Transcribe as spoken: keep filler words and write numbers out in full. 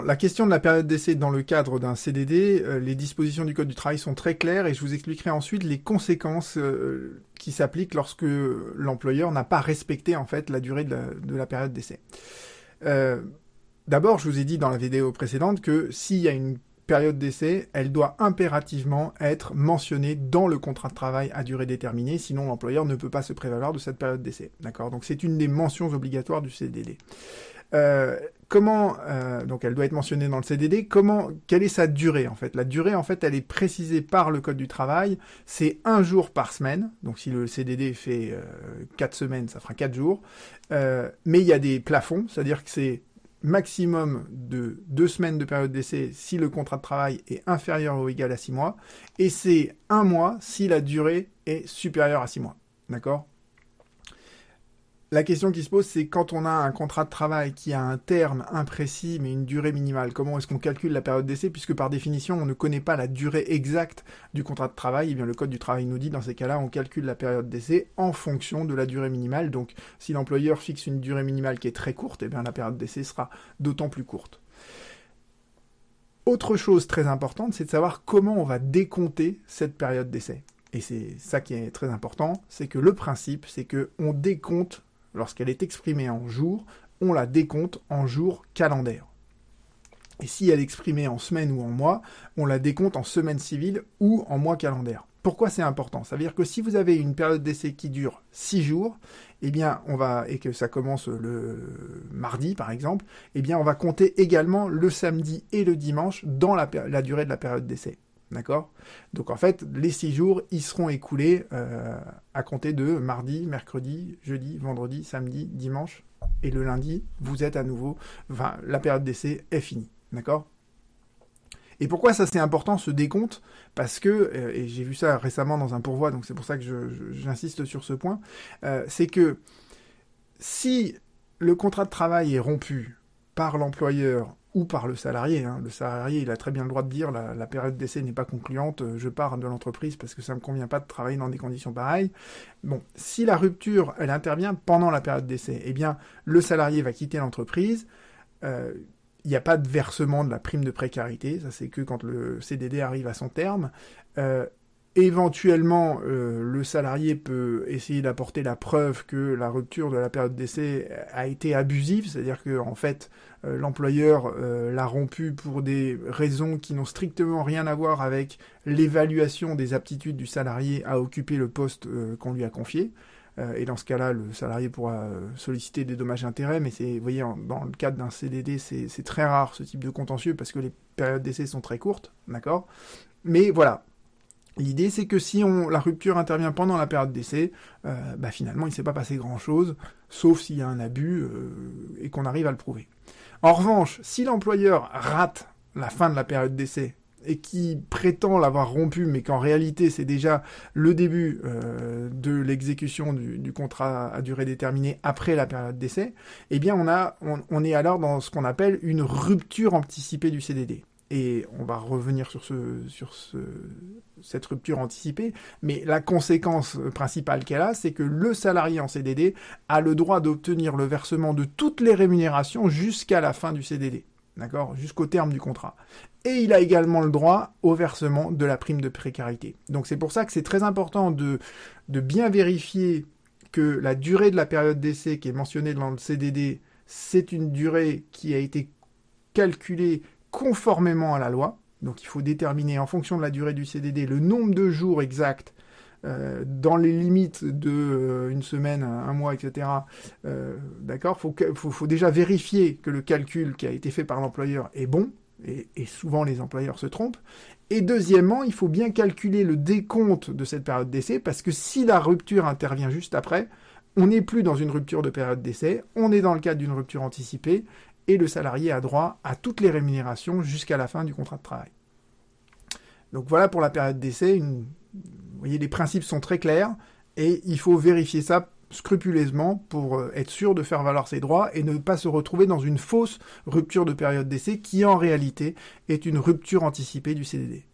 La question de la période d'essai dans le cadre d'un C D D, euh, les dispositions du Code du travail sont très claires et je vous expliquerai ensuite les conséquences euh, qui s'appliquent lorsque l'employeur n'a pas respecté en fait la durée de la, de la période d'essai. Euh, D'abord, je vous ai dit dans la vidéo précédente que s'il y a une période d'essai, elle doit impérativement être mentionnée dans le contrat de travail à durée déterminée, sinon l'employeur ne peut pas se prévaloir de cette période d'essai. D'accord ? Donc c'est une des mentions obligatoires du C D D. Euh, comment euh, donc elle doit être mentionnée dans le C D D. Comment quelle est sa durée en fait? La durée en fait elle est précisée par le Code du travail. C'est un jour par semaine. Donc si le C D D fait euh, quatre semaines, ça fera quatre jours. Euh, mais il y a des plafonds, c'est-à-dire que c'est maximum de deux semaines de période d'essai si le contrat de travail est inférieur ou égal à six mois, et c'est un mois si la durée est supérieure à six mois. D'accord ? La question qui se pose, c'est quand on a un contrat de travail qui a un terme imprécis, mais une durée minimale, comment est-ce qu'on calcule la période d'essai, puisque par définition, on ne connaît pas la durée exacte du contrat de travail. Eh bien, le Code du travail nous dit, dans ces cas-là, on calcule la période d'essai en fonction de la durée minimale. Donc, si l'employeur fixe une durée minimale qui est très courte, eh bien, la période d'essai sera d'autant plus courte. Autre chose très importante, c'est de savoir comment on va décompter cette période d'essai. Et c'est ça qui est très important, c'est que le principe, c'est qu'on décompte. Lorsqu'elle est exprimée en jours, on la décompte en jours calendaires. Et si elle est exprimée en semaines ou en mois, on la décompte en semaines civiles ou en mois calendaires. Pourquoi c'est important? Ça veut dire que si vous avez une période d'essai qui dure six jours, eh bien, on va, et que ça commence le mardi, par exemple, eh bien, on va compter également le samedi et le dimanche dans la, la durée de la période d'essai. D'accord ? Donc en fait, les six jours, ils seront écoulés euh, à compter de mardi, mercredi, jeudi, vendredi, samedi, dimanche. Et le lundi, vous êtes à nouveau... Enfin, la période d'essai est finie. D'accord ? Et pourquoi ça c'est important, ce décompte ? Parce que, euh, et j'ai vu ça récemment dans un pourvoi, donc c'est pour ça que je, je, j'insiste sur ce point, euh, c'est que si le contrat de travail est rompu par l'employeur ou par le salarié, hein. Le salarié, il a très bien le droit de dire la, la période d'essai n'est pas concluante, je pars de l'entreprise parce que ça me convient pas de travailler dans des conditions pareilles. Bon, si la rupture, elle intervient pendant la période d'essai, eh bien, le salarié va quitter l'entreprise, euh, il n'y a pas de versement de la prime de précarité, ça c'est que quand le C D D arrive à son terme. Euh, Éventuellement, euh, le salarié peut essayer d'apporter la preuve que la rupture de la période d'essai a été abusive, c'est-à-dire que en fait, euh, l'employeur euh, l'a rompu pour des raisons qui n'ont strictement rien à voir avec l'évaluation des aptitudes du salarié à occuper le poste euh, qu'on lui a confié. Euh, et dans ce cas-là, le salarié pourra euh, solliciter des dommages-intérêts, mais c'est, vous voyez, en, dans le cadre d'un C D D, c'est, c'est très rare ce type de contentieux parce que les périodes d'essai sont très courtes, d'accord ? Mais voilà. L'idée, c'est que si on, la rupture intervient pendant la période d'essai, euh, bah finalement, il ne s'est pas passé grand-chose, sauf s'il y a un abus euh, et qu'on arrive à le prouver. En revanche, si l'employeur rate la fin de la période d'essai et qui prétend l'avoir rompu, mais qu'en réalité, c'est déjà le début euh, de l'exécution du, du contrat à durée déterminée après la période d'essai, eh bien, on, a, on, on est alors dans ce qu'on appelle une rupture anticipée du C D D. Et on va revenir sur, ce, sur ce, cette rupture anticipée, mais la conséquence principale qu'elle a, c'est que le salarié en C D D a le droit d'obtenir le versement de toutes les rémunérations jusqu'à la fin du C D D, d'accord ? Jusqu'au terme du contrat. Et il a également le droit au versement de la prime de précarité. Donc c'est pour ça que c'est très important de, de bien vérifier que la durée de la période d'essai qui est mentionnée dans le C D D, c'est une durée qui a été calculée conformément à la loi. Donc il faut déterminer en fonction de la durée du C D D le nombre de jours exacts euh, dans les limites de euh, une semaine, un mois, et cetera. Euh, d'accord ? Faut, faut, faut déjà vérifier que le calcul qui a été fait par l'employeur est bon, et, et souvent les employeurs se trompent. Et deuxièmement, il faut bien calculer le décompte de cette période d'essai, parce que si la rupture intervient juste après, on n'est plus dans une rupture de période d'essai, on est dans le cadre d'une rupture anticipée, et le salarié a droit à toutes les rémunérations jusqu'à la fin du contrat de travail. Donc voilà pour la période d'essai. Une... Vous voyez, les principes sont très clairs et il faut vérifier ça scrupuleusement pour être sûr de faire valoir ses droits et ne pas se retrouver dans une fausse rupture de période d'essai qui en réalité est une rupture anticipée du C D D.